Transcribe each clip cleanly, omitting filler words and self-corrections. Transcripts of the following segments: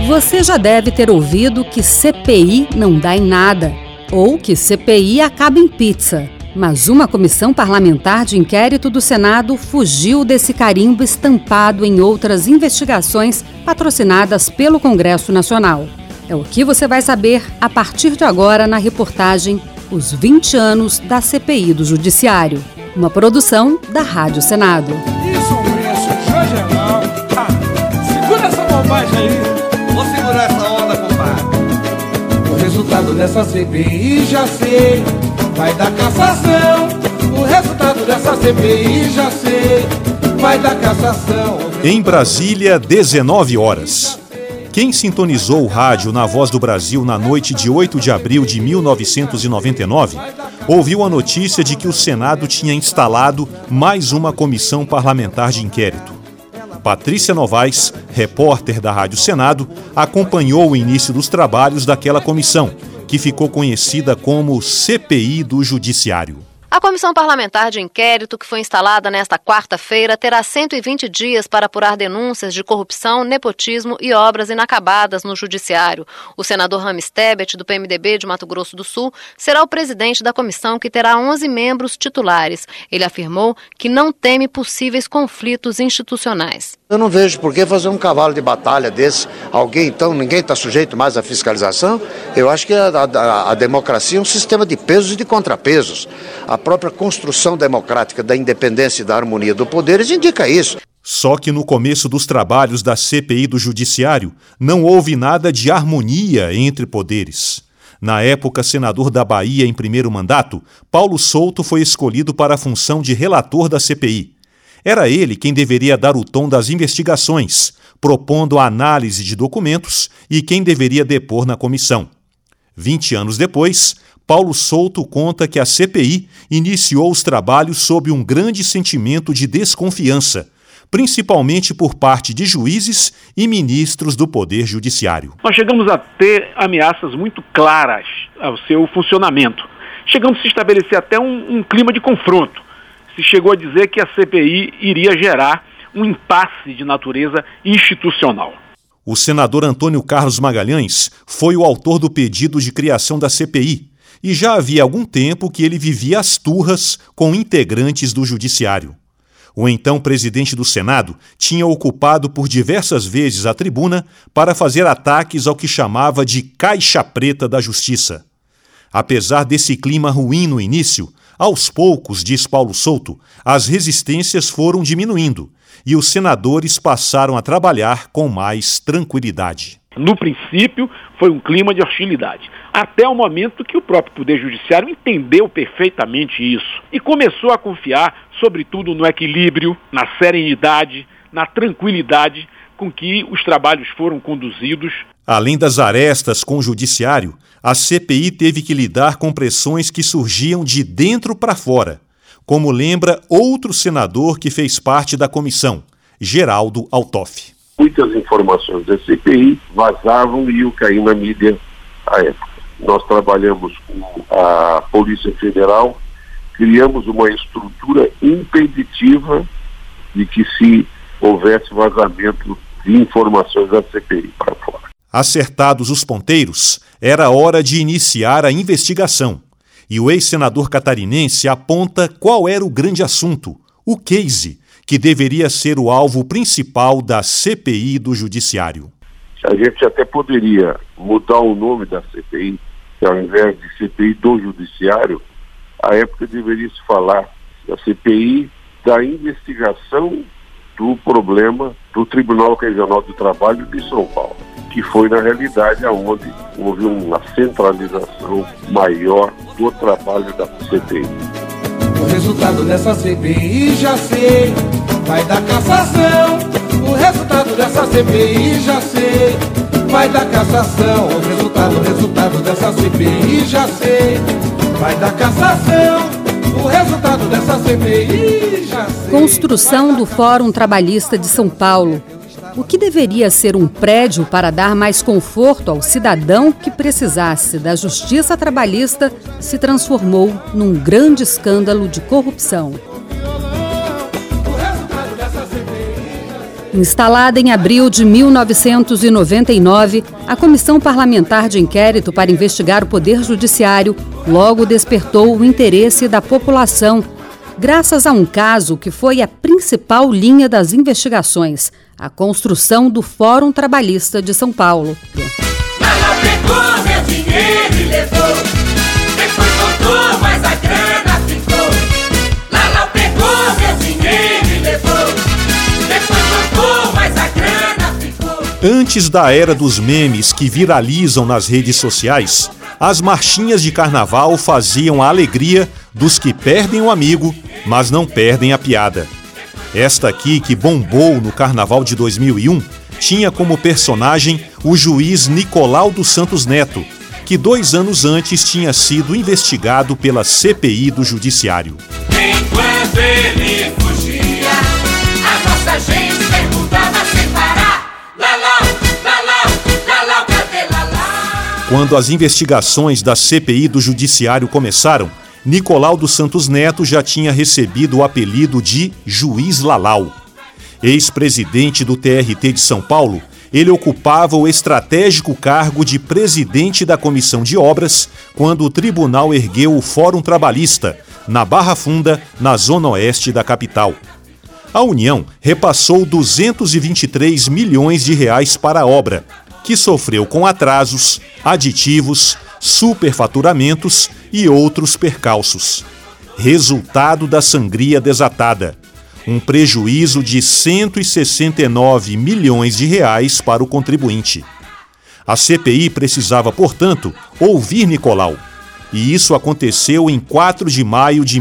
Você já deve ter ouvido que CPI não dá em nada, ou que CPI acaba em pizza. Mas uma comissão parlamentar de inquérito do Senado fugiu desse carimbo estampado em outras investigações patrocinadas pelo Congresso Nacional. É o que você vai saber a partir de agora na reportagem Os 20 anos da CPI do Judiciário, uma produção da Rádio Senado. Isso, segura essa bobagem aí. Vou segurar essa onda, compadre. O resultado dessa CPI já sei, vai dar cassação. O resultado dessa CPI já sei, vai dar cassação. Em Brasília, 19 horas. Quem sintonizou o rádio na Voz do Brasil na noite de 8 de abril de 1999, ouviu a notícia de que o Senado tinha instalado mais uma comissão parlamentar de inquérito. Patrícia Novaes, repórter da Rádio Senado, acompanhou o início dos trabalhos daquela comissão, que ficou conhecida como CPI do Judiciário. A Comissão Parlamentar de Inquérito, que foi instalada nesta quarta-feira, terá 120 dias para apurar denúncias de corrupção, nepotismo e obras inacabadas no Judiciário. O senador Rames Tebet, do PMDB de Mato Grosso do Sul, será o presidente da comissão, que terá 11 membros titulares. Ele afirmou que não teme possíveis conflitos institucionais. Eu não vejo por que fazer um cavalo de batalha desse. Ninguém está sujeito mais à fiscalização. Eu acho que a democracia é um sistema de pesos e de contrapesos. A própria construção democrática da independência e da harmonia do poderes indica isso. Só que no começo dos trabalhos da CPI do Judiciário, não houve nada de harmonia entre poderes. Na época, senador da Bahia em primeiro mandato, Paulo Souto foi escolhido para a função de relator da CPI. Era ele quem deveria dar o tom das investigações, propondo a análise de documentos e quem deveria depor na comissão. 20 anos depois, Paulo Souto conta que a CPI iniciou os trabalhos sob um grande sentimento de desconfiança, principalmente por parte de juízes e ministros do Poder Judiciário. Nós chegamos a ter ameaças muito claras ao seu funcionamento. Chegamos a se estabelecer até um clima de confronto. Se chegou a dizer que a CPI iria gerar um impasse de natureza institucional. O senador Antônio Carlos Magalhães foi o autor do pedido de criação da CPI e já havia algum tempo que ele vivia as turras com integrantes do Judiciário. O então presidente do Senado tinha ocupado por diversas vezes a tribuna para fazer ataques ao que chamava de caixa preta da Justiça. Apesar desse clima ruim no início, aos poucos, diz Paulo Souto, as resistências foram diminuindo e os senadores passaram a trabalhar com mais tranquilidade. No princípio, foi um clima de hostilidade, até o momento que o próprio Poder Judiciário entendeu perfeitamente isso e começou a confiar, sobretudo, no equilíbrio, na serenidade, na tranquilidade com que os trabalhos foram conduzidos. Além das arestas com o Judiciário, a CPI teve que lidar com pressões que surgiam de dentro para fora, como lembra outro senador que fez parte da comissão, Geraldo Altoff. Muitas informações da CPI vazavam e iam cair na mídia à época. Nós trabalhamos com a Polícia Federal, criamos uma estrutura impeditiva de que se houvesse vazamento de informações da CPI para fora. Acertados os ponteiros, era hora de iniciar a investigação. E o ex-senador catarinense aponta qual era o grande assunto, o case, que deveria ser o alvo principal da CPI do Judiciário. A gente até poderia mudar o nome da CPI, que ao invés de CPI do Judiciário, à época deveria se falar da CPI da investigação do problema do Tribunal Regional do Trabalho de São Paulo, que foi, na realidade, onde houve uma centralização maior do trabalho da CPI. O resultado dessa CPI já sei, vai dar cassação. O resultado dessa CPI já sei, vai dar cassação. O resultado dessa CPI já sei, vai dar cassação. O resultado dessa CPI já sei. Construção do Fórum Trabalhista de São Paulo. O que deveria ser um prédio para dar mais conforto ao cidadão que precisasse da justiça trabalhista se transformou num grande escândalo de corrupção. Instalada em abril de 1999, a Comissão Parlamentar de Inquérito para investigar o Poder Judiciário logo despertou o interesse da população, graças a um caso que foi a principal linha das investigações, a construção do Fórum Trabalhista de São Paulo. Ela pegou meu dinheiro e levou, depois voltou, mas a grana ficou. Lala pegou meu dinheiro e levou, depois voltou, mas a grana ficou. Antes da era dos memes que viralizam nas redes sociais, as marchinhas de carnaval faziam a alegria dos que perdem o amigo, mas não perdem a piada. Esta aqui, que bombou no carnaval de 2001, tinha como personagem o juiz Nicolau dos Santos Neto, que 2 anos antes tinha sido investigado pela CPI do Judiciário. Enquanto ele fugia, a nossa gente perguntava sem parar: Lalau, Lalau, Lalau, cadê Lalau? Quando as investigações da CPI do Judiciário começaram, Nicolau dos Santos Neto já tinha recebido o apelido de Juiz Lalau. Ex-presidente do TRT de São Paulo, ele ocupava o estratégico cargo de presidente da Comissão de Obras quando o tribunal ergueu o Fórum Trabalhista, na Barra Funda, na zona oeste da capital. A União repassou 223 milhões de reais para a obra, que sofreu com atrasos, aditivos, superfaturamentos e outros percalços. Resultado da sangria desatada: um prejuízo de 169 milhões de reais para o contribuinte. A CPI precisava, portanto, ouvir Nicolau, e isso aconteceu em 4 de maio de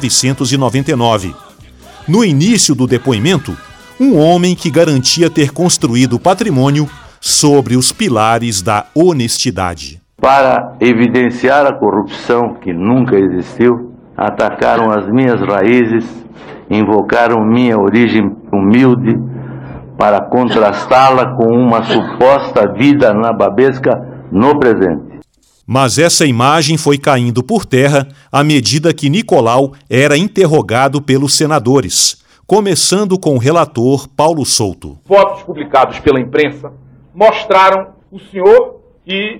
1999. No início do depoimento, um homem que garantia ter construído patrimônio sobre os pilares da honestidade. Para evidenciar a corrupção que nunca existiu, atacaram as minhas raízes, invocaram minha origem humilde para contrastá-la com uma suposta vida nababesca no presente. Mas essa imagem foi caindo por terra à medida que Nicolau era interrogado pelos senadores, começando com o relator Paulo Souto. Fotos publicados pela imprensa mostraram o senhor e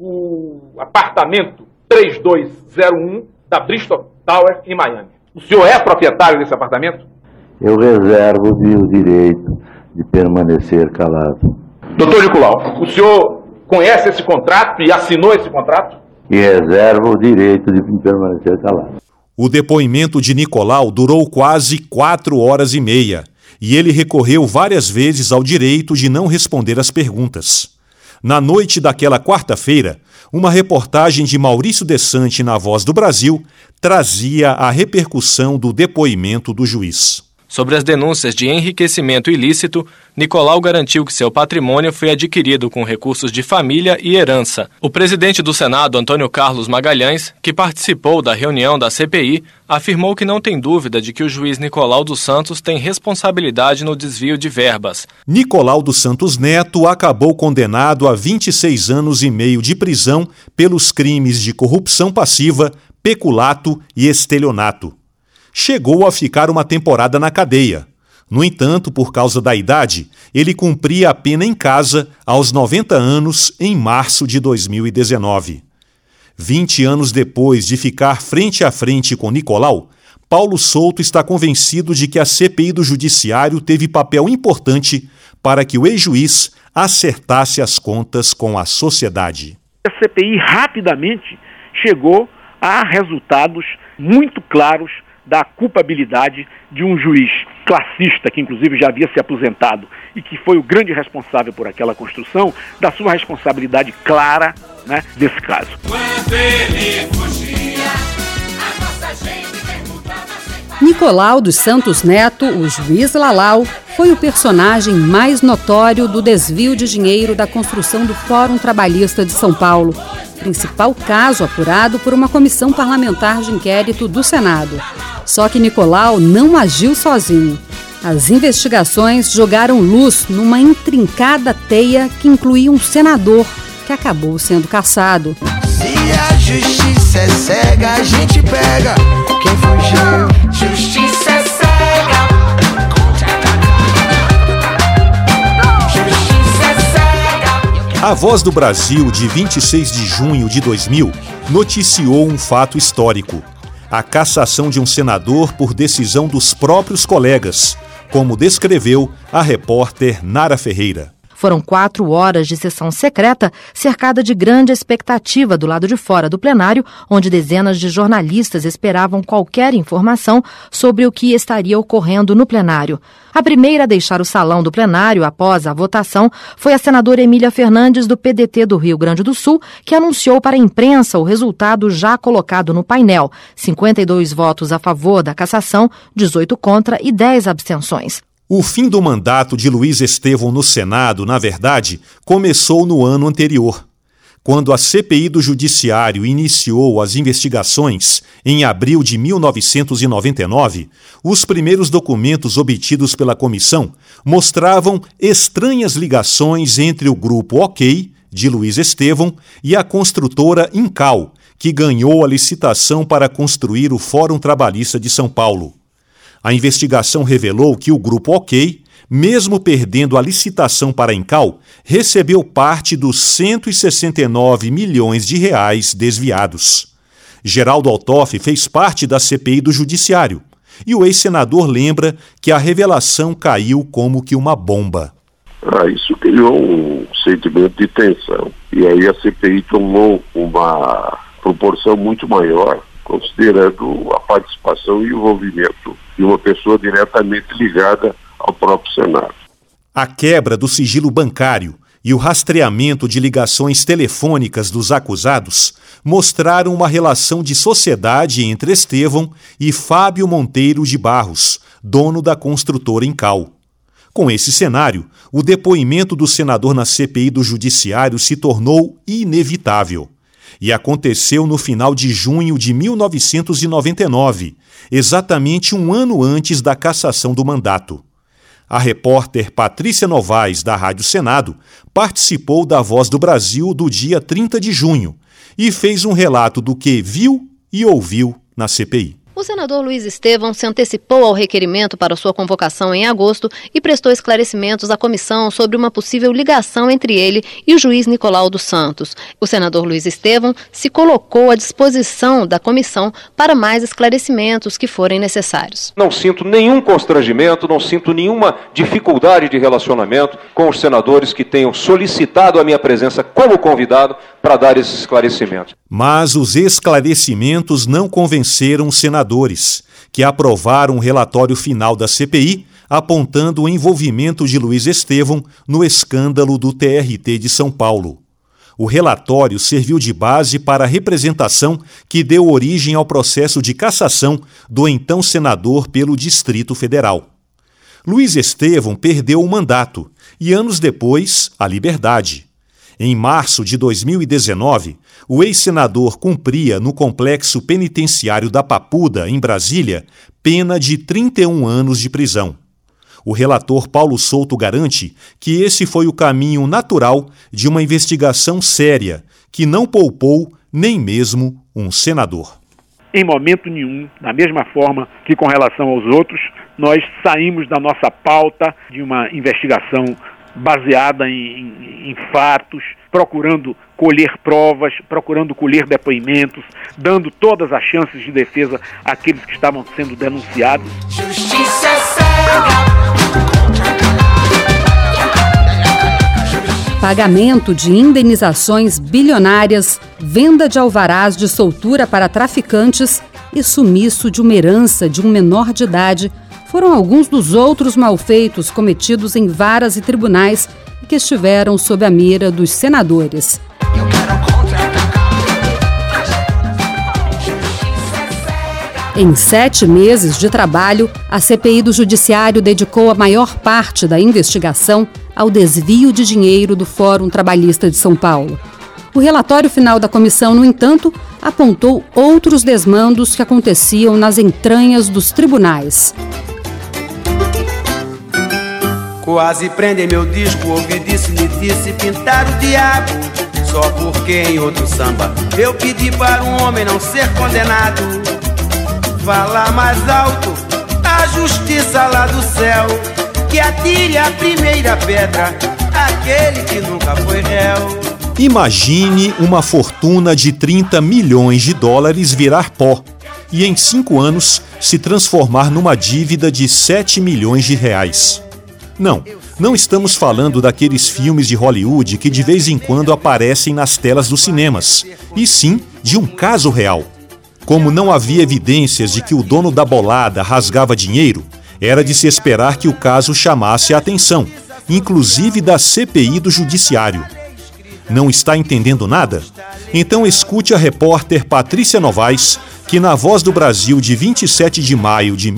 o apartamento 3201 da Bristol Tower em Miami. O senhor é proprietário desse apartamento? Eu reservo-me o direito de permanecer calado. Doutor Nicolau, o senhor conhece esse contrato e assinou esse contrato? E reservo o direito de permanecer calado. O depoimento de Nicolau durou quase 4 horas e meia, e ele recorreu várias vezes ao direito de não responder às perguntas. Na noite daquela quarta-feira, uma reportagem de Maurício Desante na Voz do Brasil trazia a repercussão do depoimento do juiz. Sobre as denúncias de enriquecimento ilícito, Nicolau garantiu que seu patrimônio foi adquirido com recursos de família e herança. O presidente do Senado, Antônio Carlos Magalhães, que participou da reunião da CPI, afirmou que não tem dúvida de que o juiz Nicolau dos Santos tem responsabilidade no desvio de verbas. Nicolau dos Santos Neto acabou condenado a 26 anos e meio de prisão pelos crimes de corrupção passiva, peculato e estelionato. Chegou a ficar uma temporada na cadeia. No entanto, por causa da idade, ele cumpria a pena em casa aos 90 anos em março de 2019. 20 anos depois de ficar frente a frente com Nicolau, Paulo Souto está convencido de que a CPI do Judiciário teve papel importante para que o ex-juiz acertasse as contas com a sociedade. A CPI rapidamente chegou a resultados muito claros da culpabilidade de um juiz classista, que inclusive já havia se aposentado e que foi o grande responsável por aquela construção, da sua responsabilidade clara, né, desse caso. Quando ele fugia, a nossa gente perguntava sem... Nicolau dos Santos Neto, o juiz Lalau, foi o personagem mais notório do desvio de dinheiro da construção do Fórum Trabalhista de São Paulo, principal caso apurado por uma comissão parlamentar de inquérito do Senado. Só que Nicolau não agiu sozinho. As investigações jogaram luz numa intrincada teia que incluía um senador que acabou sendo cassado. Se a justiça é cega, a gente pega quem fugiu. Justiça é cega. A Voz do Brasil, de 26 de junho de 2000, noticiou um fato histórico: a cassação de um senador por decisão dos próprios colegas, como descreveu a repórter Nara Ferreira. Foram 4 horas de sessão secreta, cercada de grande expectativa do lado de fora do plenário, onde dezenas de jornalistas esperavam qualquer informação sobre o que estaria ocorrendo no plenário. A primeira a deixar o salão do plenário após a votação foi a senadora Emília Fernandes, do PDT do Rio Grande do Sul, que anunciou para a imprensa o resultado já colocado no painel: 52 votos a favor da cassação, 18 contra e 10 abstenções. O fim do mandato de Luiz Estevão no Senado, na verdade, começou no ano anterior, quando a CPI do Judiciário iniciou as investigações em abril de 1999. Os primeiros documentos obtidos pela comissão mostravam estranhas ligações entre o grupo OK, de Luiz Estevão, e a construtora Incal, que ganhou a licitação para construir o Fórum Trabalhista de São Paulo. A investigação revelou que o grupo OK, mesmo perdendo a licitação para a Incal, recebeu parte dos 169 milhões de reais desviados. Geraldo Altoff fez parte da CPI do Judiciário e o ex-senador lembra que a revelação caiu como que uma bomba. Isso criou um sentimento de tensão. E aí a CPI tomou uma proporção muito maior, considerando a participação e o envolvimento de uma pessoa diretamente ligada ao próprio Senado. A quebra do sigilo bancário e o rastreamento de ligações telefônicas dos acusados mostraram uma relação de sociedade entre Estevão e Fábio Monteiro de Barros, dono da construtora Incal. Com esse cenário, o depoimento do senador na CPI do Judiciário se tornou inevitável. E aconteceu no final de junho de 1999, exatamente um ano antes da cassação do mandato. A repórter Patrícia Novaes, da Rádio Senado, participou da Voz do Brasil do dia 30 de junho e fez um relato do que viu e ouviu na CPI. O senador Luiz Estevão se antecipou ao requerimento para sua convocação em agosto e prestou esclarecimentos à comissão sobre uma possível ligação entre ele e o juiz Nicolau dos Santos. O senador Luiz Estevão se colocou à disposição da comissão para mais esclarecimentos que forem necessários. Não sinto nenhum constrangimento, não sinto nenhuma dificuldade de relacionamento com os senadores que tenham solicitado a minha presença como convidado para dar esses esclarecimentos. Mas os esclarecimentos não convenceram os senadores, que aprovaram o relatório final da CPI, apontando o envolvimento de Luiz Estevão no escândalo do TRT de São Paulo. O relatório serviu de base para a representação que deu origem ao processo de cassação do então senador pelo Distrito Federal. Luiz Estevão perdeu o mandato e, anos depois, a liberdade. Em março de 2019, o ex-senador cumpria no complexo penitenciário da Papuda, em Brasília, pena de 31 anos de prisão. O relator Paulo Souto garante que esse foi o caminho natural de uma investigação séria, que não poupou nem mesmo um senador. Em momento nenhum, da mesma forma que com relação aos outros, nós saímos da nossa pauta de uma investigação baseada em fatos, procurando colher provas, procurando colher depoimentos, dando todas as chances de defesa àqueles que estavam sendo denunciados. Justiça cega. Pagamento de indenizações bilionárias, venda de alvarás de soltura para traficantes e sumiço de uma herança de um menor de idade foram alguns dos outros malfeitos cometidos em varas e tribunais que estiveram sob a mira dos senadores. Em 7 meses de trabalho, a CPI do Judiciário dedicou a maior parte da investigação ao desvio de dinheiro do Fórum Trabalhista de São Paulo. O relatório final da comissão, no entanto, apontou outros desmandos que aconteciam nas entranhas dos tribunais. Quase prendem meu disco, ouvi disse-me disse pintar o diabo. Só porque em outro samba eu pedi para um homem não ser condenado. Falar mais alto, a justiça lá do céu, que atire a primeira pedra, aquele que nunca foi réu. Imagine uma fortuna de 30 milhões de dólares virar pó e em 5 anos se transformar numa dívida de 7 milhões de reais. Não estamos falando daqueles filmes de Hollywood que de vez em quando aparecem nas telas dos cinemas, e sim de um caso real. Como não havia evidências de que o dono da bolada rasgava dinheiro, era de se esperar que o caso chamasse a atenção, inclusive da CPI do Judiciário. Não está entendendo nada? Então escute a repórter Patrícia Novaes, que na Voz do Brasil de 27 de maio de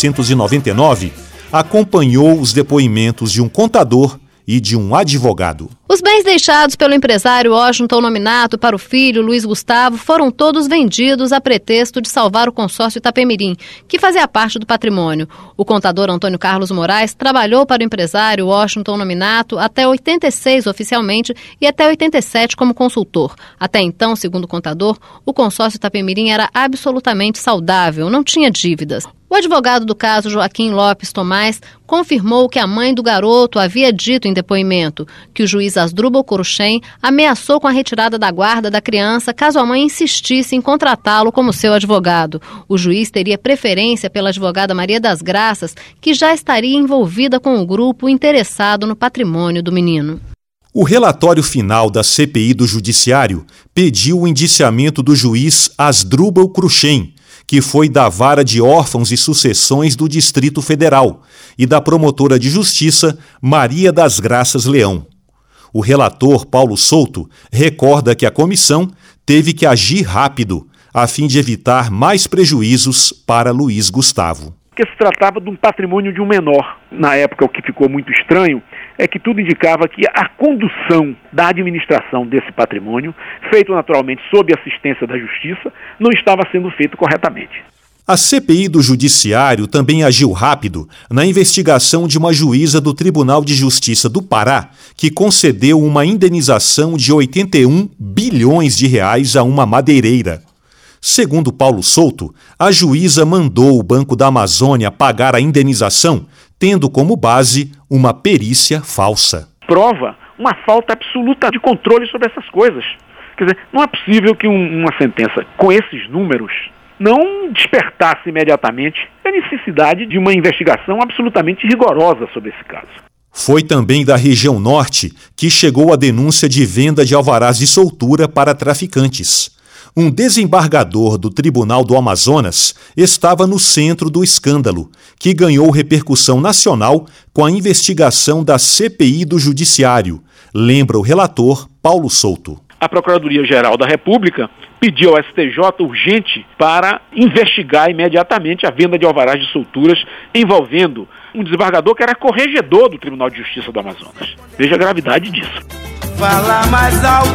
1999, acompanhou os depoimentos de um contador e de um advogado. Os bens deixados pelo empresário Washington Nominato para o filho Luiz Gustavo foram todos vendidos a pretexto de salvar o consórcio Itapemirim, que fazia parte do patrimônio. O contador Antônio Carlos Moraes trabalhou para o empresário Washington Nominato até 86 oficialmente e até 87 como consultor. Até então, segundo o contador, o consórcio Itapemirim era absolutamente saudável, não tinha dívidas. O advogado do caso, Joaquim Lopes Tomás, confirmou que a mãe do garoto havia dito em depoimento que o juiz Asdrubal Kuruchem ameaçou com a retirada da guarda da criança caso a mãe insistisse em contratá-lo como seu advogado. O juiz teria preferência pela advogada Maria das Graças, que já estaria envolvida com o grupo interessado no patrimônio do menino. O relatório final da CPI do Judiciário pediu o indiciamento do juiz Asdrubal Kuruchem, que foi da Vara de Órfãos e Sucessões do Distrito Federal, e da promotora de justiça Maria das Graças Leão. O relator Paulo Souto recorda que a comissão teve que agir rápido, a fim de evitar mais prejuízos para Luiz Gustavo. Porque se tratava de um patrimônio de um menor. Na época, o que ficou muito estranho é que tudo indicava que a condução da administração desse patrimônio, feito naturalmente sob assistência da Justiça, não estava sendo feito corretamente. A CPI do Judiciário também agiu rápido na investigação de uma juíza do Tribunal de Justiça do Pará que concedeu uma indenização de 81 bilhões de reais a uma madeireira. Segundo Paulo Souto, a juíza mandou o Banco da Amazônia pagar a indenização, tendo como base uma perícia falsa. Prova uma falta absoluta de controle sobre essas coisas. Quer dizer, não é possível que uma sentença com esses números não despertasse imediatamente a necessidade de uma investigação absolutamente rigorosa sobre esse caso. Foi também da região norte que chegou a denúncia de venda de alvarás de soltura para traficantes. Um desembargador do Tribunal do Amazonas estava no centro do escândalo, que ganhou repercussão nacional com a investigação da CPI do Judiciário, lembra o relator Paulo Souto. A Procuradoria-Geral da República pediu ao STJ urgente para investigar imediatamente a venda de alvarás de solturas envolvendo um desembargador que era corregedor do Tribunal de Justiça do Amazonas. Veja a gravidade disso. Fala mais alto,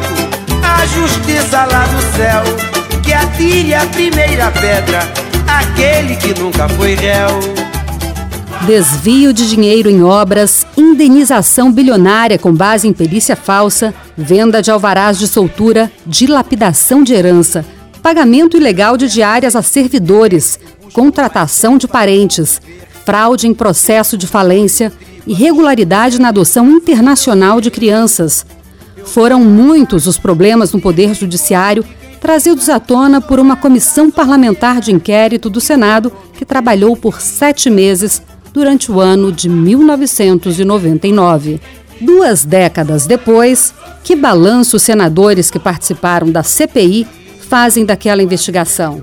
a justiça lá do céu, que atire a primeira pedra, aquele que nunca foi réu. Desvio de dinheiro em obras, indenização bilionária com base em perícia falsa, venda de alvarás de soltura, dilapidação de herança, pagamento ilegal de diárias a servidores, contratação de parentes, fraude em processo de falência, irregularidade na adoção internacional de crianças. Foram muitos os problemas no Poder Judiciário trazidos à tona por uma comissão parlamentar de inquérito do Senado que trabalhou por 7 meses durante o ano de 1999. 2 décadas depois, que balanço os senadores que participaram da CPI fazem daquela investigação?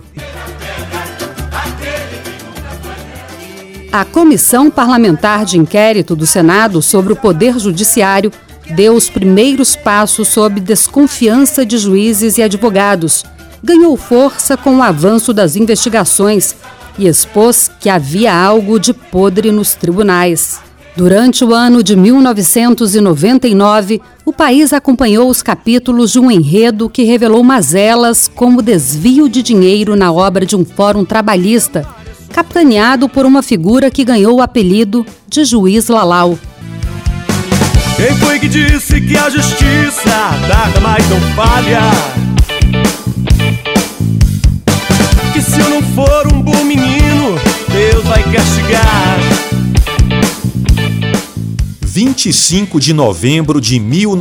A Comissão Parlamentar de Inquérito do Senado sobre o Poder Judiciário deu os primeiros passos sob desconfiança de juízes e advogados, ganhou força com o avanço das investigações e expôs que havia algo de podre nos tribunais. Durante o ano de 1999, o país acompanhou os capítulos de um enredo que revelou mazelas como desvio de dinheiro na obra de um fórum trabalhista, capitaneado por uma figura que ganhou o apelido de Juiz Lalau. Quem foi que disse que a justiça nada mais não falha? Que se eu não for um bom menino, Deus vai castigar. 25 de novembro de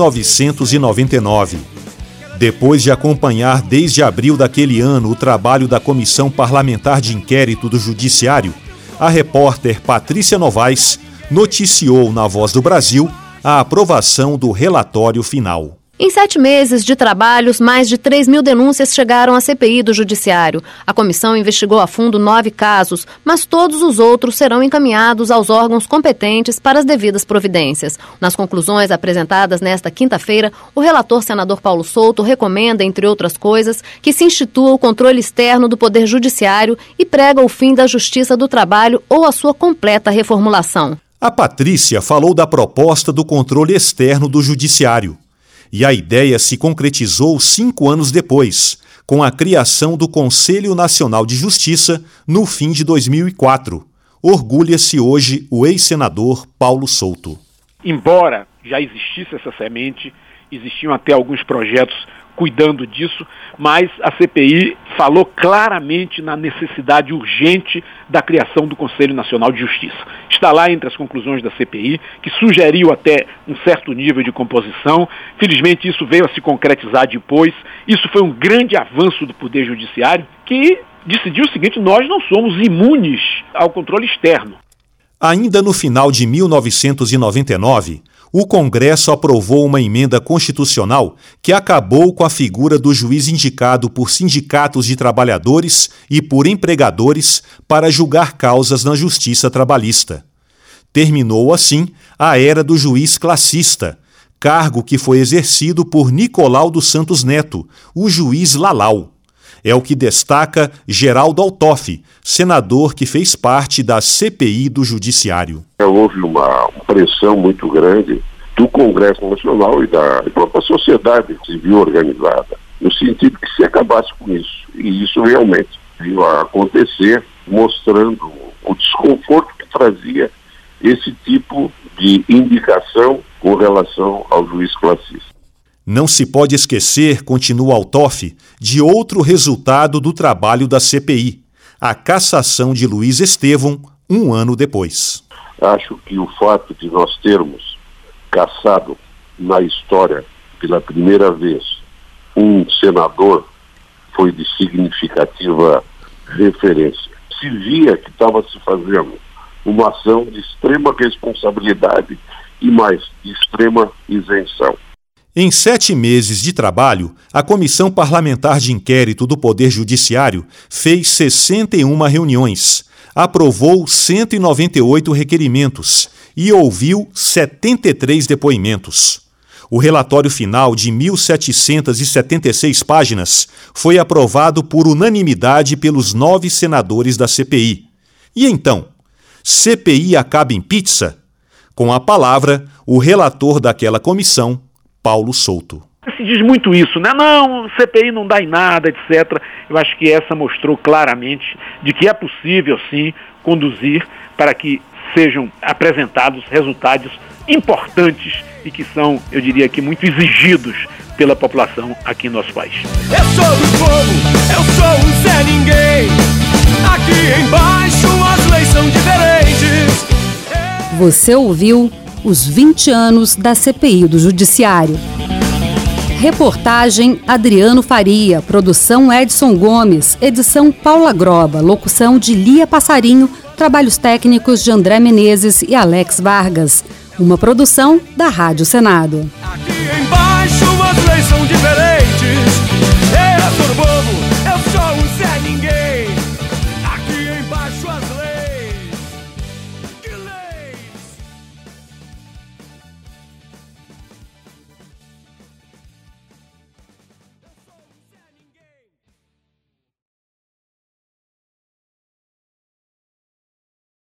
1999. Depois de acompanhar desde abril daquele ano o trabalho da Comissão Parlamentar de Inquérito do Judiciário, a repórter Patrícia Novaes noticiou na Voz do Brasil a aprovação do relatório final. Em 7 meses de trabalhos, mais de 3.000 denúncias chegaram à CPI do Judiciário. A comissão investigou a fundo 9 casos, mas todos os outros serão encaminhados aos órgãos competentes para as devidas providências. Nas conclusões apresentadas nesta quinta-feira, o relator senador Paulo Souto recomenda, entre outras coisas, que se institua o controle externo do Poder Judiciário e prega o fim da Justiça do Trabalho ou a sua completa reformulação. A Patrícia falou da proposta do controle externo do Judiciário. E a ideia se concretizou 5 anos depois, com a criação do Conselho Nacional de Justiça no fim de 2004. Orgulha-se hoje o ex-senador Paulo Souto. Embora já existisse essa semente, existiam até alguns projetos cuidando disso, mas a CPI falou claramente na necessidade urgente da criação do Conselho Nacional de Justiça. Está lá entre as conclusões da CPI, que sugeriu até um certo nível de composição. Felizmente isso veio a se concretizar depois. Isso foi um grande avanço do Poder Judiciário, que decidiu o seguinte: nós não somos imunes ao controle externo. Ainda no final de 1999, o Congresso aprovou uma emenda constitucional que acabou com a figura do juiz indicado por sindicatos de trabalhadores e por empregadores para julgar causas na justiça trabalhista. Terminou, assim, a era do juiz classista, cargo que foi exercido por Nicolau dos Santos Neto, o juiz Lalau. É o que destaca Geraldo Altoff, senador que fez parte da CPI do Judiciário. Houve uma pressão muito grande do Congresso Nacional e da própria sociedade civil organizada, no sentido que se acabasse com isso. E isso realmente veio a acontecer, mostrando o desconforto que trazia esse tipo de indicação com relação ao juiz classista. Não se pode esquecer, continua Altoff, de outro resultado do trabalho da CPI, a cassação de Luiz Estevão 1 ano depois. Acho que o fato de nós termos cassado na história pela primeira vez um senador foi de significativa referência. Se via que estava se fazendo uma ação de extrema responsabilidade e mais de extrema isenção. Em 7 meses de trabalho, a Comissão Parlamentar de Inquérito do Poder Judiciário fez 61 reuniões, aprovou 198 requerimentos e ouviu 73 depoimentos. O relatório final, de 1.776 páginas, foi aprovado por unanimidade pelos 9 senadores da CPI. E então, CPI acaba em pizza? Com a palavra, o relator daquela comissão, Paulo Souto. Se diz muito isso, né? Não, CPI não dá em nada, etc. Eu acho que essa mostrou claramente de que é possível, sim, conduzir para que sejam apresentados resultados importantes e que são, eu diria que, muito exigidos pela população aqui em nosso país. Eu sou do povo, eu sou um Zé Ninguém. Aqui embaixo as leis são diferentes. Você ouviu os 20 anos da CPI do Judiciário. Reportagem Adriano Faria, produção Edson Gomes, edição Paula Groba, locução de Lia Passarinho, trabalhos técnicos de André Menezes e Alex Vargas. Uma produção da Rádio Senado. Aqui embaixo as leis são diferentes.